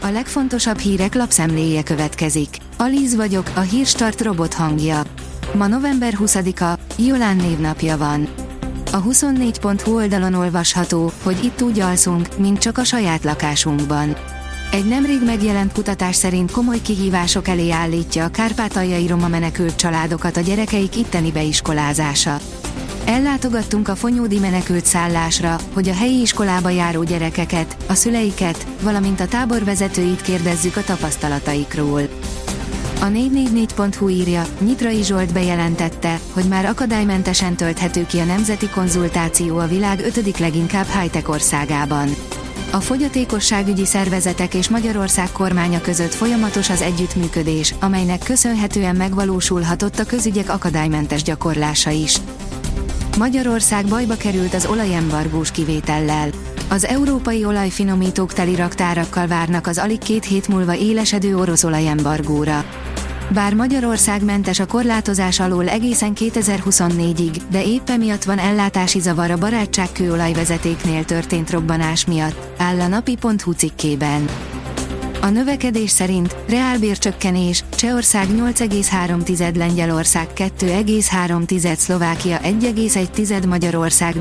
A legfontosabb hírek lapszemléje következik. Alíz vagyok, a Hírstart robot hangja. Ma november 20-a, Jolán névnapja van. A 24.hu oldalon olvasható, hogy itt úgy alszunk, mint csak a saját lakásunkban. Egy nemrég megjelent kutatás szerint komoly kihívások elé állítja a kárpátaljai roma menekült családokat a gyerekeik itteni beiskolázása. Ellátogattunk a fonyódi menekült szállásra, hogy a helyi iskolába járó gyerekeket, a szüleiket, valamint a tábor vezetőit kérdezzük a tapasztalataikról. A 444.hu írja, Nyitrai Zsolt bejelentette, hogy már akadálymentesen tölthető ki a nemzeti konzultáció a világ 5. leginkább high-tech országában. A fogyatékosságügyi szervezetek és Magyarország kormánya között folyamatos az együttműködés, amelynek köszönhetően megvalósulhatott a közügyek akadálymentes gyakorlása is. Magyarország bajba került az olajembargós kivétellel. Az európai olajfinomítók teli raktárakkal várnak az alig 2 hét múlva élesedő orosz olajembargóra. Bár Magyarország mentes a korlátozás alól egészen 2024-ig, de épp emiatt van ellátási zavar a barátságkőolajvezetéknél történt robbanás miatt, áll a napi.hu cikkében. A növekedés szerint reálbércsökkenés, Csehország 8,3, Lengyelország 2,3, Szlovákia 1,1, Magyarország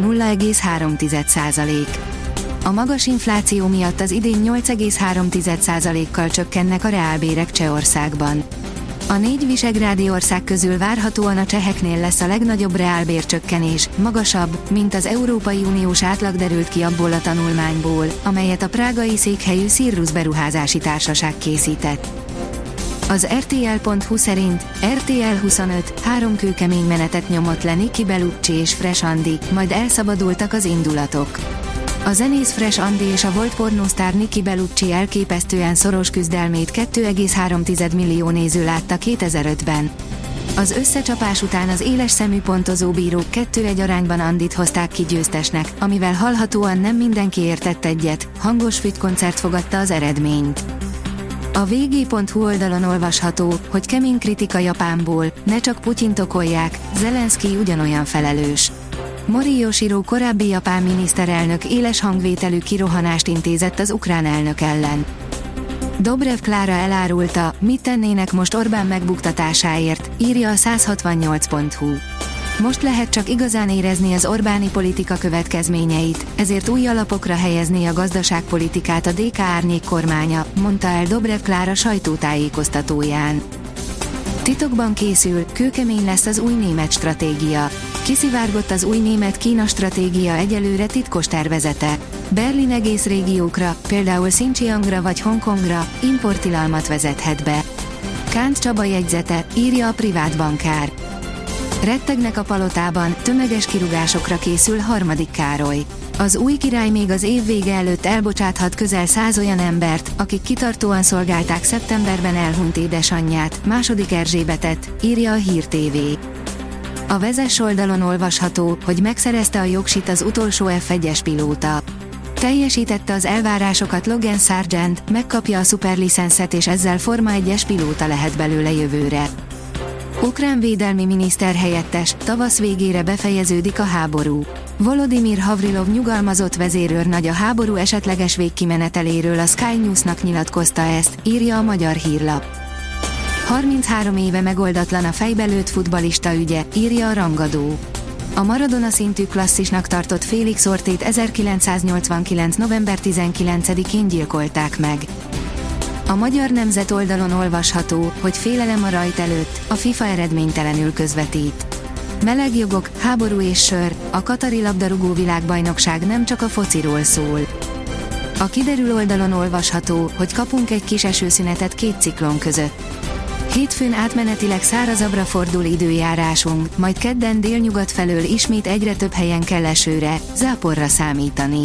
0,3%. A magas infláció miatt az idén 8,3%-kal csökkennek a reálbérek Csehországban. A 4 visegrádi ország közül várhatóan a cseheknél lesz a legnagyobb reálbércsökkenés, magasabb, mint az Európai Uniós átlag, derült ki abból a tanulmányból, amelyet a prágai székhelyű Cirrus beruházási társaság készített. Az RTL.hu szerint RTL 25 3 kőkemény menetet nyomott le Niki Bellucci és Fresh Andi, majd elszabadultak az indulatok. A zenész Fresh Andi és a volt pornósztár Niki Bellucci elképesztően szoros küzdelmét 2,3 millió néző látta 2005-ben. Az összecsapás után az éles szemű pontozó bírók 2-1 arányban Andit hozták ki győztesnek, amivel hallhatóan nem mindenki értett egyet, hangos fügykoncert fogadta az eredményt. A vg.hu oldalon olvasható, hogy kemény kritika Japánból, ne csak Putyint okolják, Zelenszkij ugyanolyan felelős. Mori Yoshiro korábbi japán miniszterelnök éles hangvételű kirohanást intézett az ukrán elnök ellen. Dobrev Klára elárulta, mit tennének most Orbán megbuktatásáért, írja a 168.hu. Most lehet csak igazán érezni az Orbáni politika következményeit, ezért új alapokra helyezni a gazdaságpolitikát a DK árnyék kormánya, mondta el Dobrev Klára sajtótájékoztatóján. Titokban készül, kőkemény lesz az új német stratégia. Kiszivárgott az új német-Kína stratégia egyelőre titkos tervezete. Berlin egész régiókra, például Xinjiangra vagy Hongkongra importtilalmat vezethet be. Kánt Csaba jegyzete, írja a privát bankár. Rettegnek a palotában, tömeges kirúgásokra készül Harmadik Károly. Az új király még az év vége előtt elbocsáthat közel 100 olyan embert, akik kitartóan szolgálták szeptemberben elhunyt édesanyját, II. Erzsébetet, írja a Hír TV. A Vezess oldalon olvasható, hogy megszerezte a jogsit az utolsó F1-es pilóta. Teljesítette az elvárásokat Logan Sargent, megkapja a szuperlicenszet és ezzel Forma 1-es pilóta lehet belőle jövőre. Ukrán védelmi miniszter helyettes, tavasz végére befejeződik a háború. Volodymyr Havrilov nyugalmazott vezérőrnagy a háború esetleges végkimeneteléről a Sky News-nak nyilatkozta ezt, írja a Magyar Hírlap. 33 éve megoldatlan a fejbelőtt futballista ügye, írja a Rangadó. A Maradona szintű klasszisnak tartott Félix Ortét 1989. november 19-én gyilkolták meg. A Magyar Nemzet oldalon olvasható, hogy félelem a rajt előtt, a FIFA eredménytelenül közvetít. Meleg jogok, háború és sör, a katari labdarúgó világbajnokság nem csak a fociról szól. A kiderül oldalon olvasható, hogy kapunk egy kis esőszünetet 2 ciklon között. Hétfőn átmenetileg szárazabbra fordul időjárásunk, majd kedden délnyugat felől ismét egyre több helyen kell esőre, záporra számítani.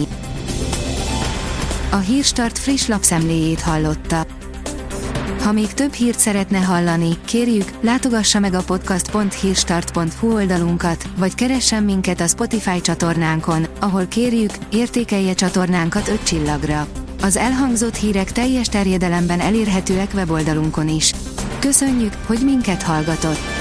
A Hírstart friss lapszemléjét hallotta. Ha még több hírt szeretne hallani, kérjük, látogassa meg a podcast.hírstart.hu oldalunkat, vagy keressen minket a Spotify csatornánkon, ahol kérjük, értékelje csatornánkat 5 csillagra. Az elhangzott hírek teljes terjedelemben elérhetőek weboldalunkon is. Köszönjük, hogy minket hallgatott!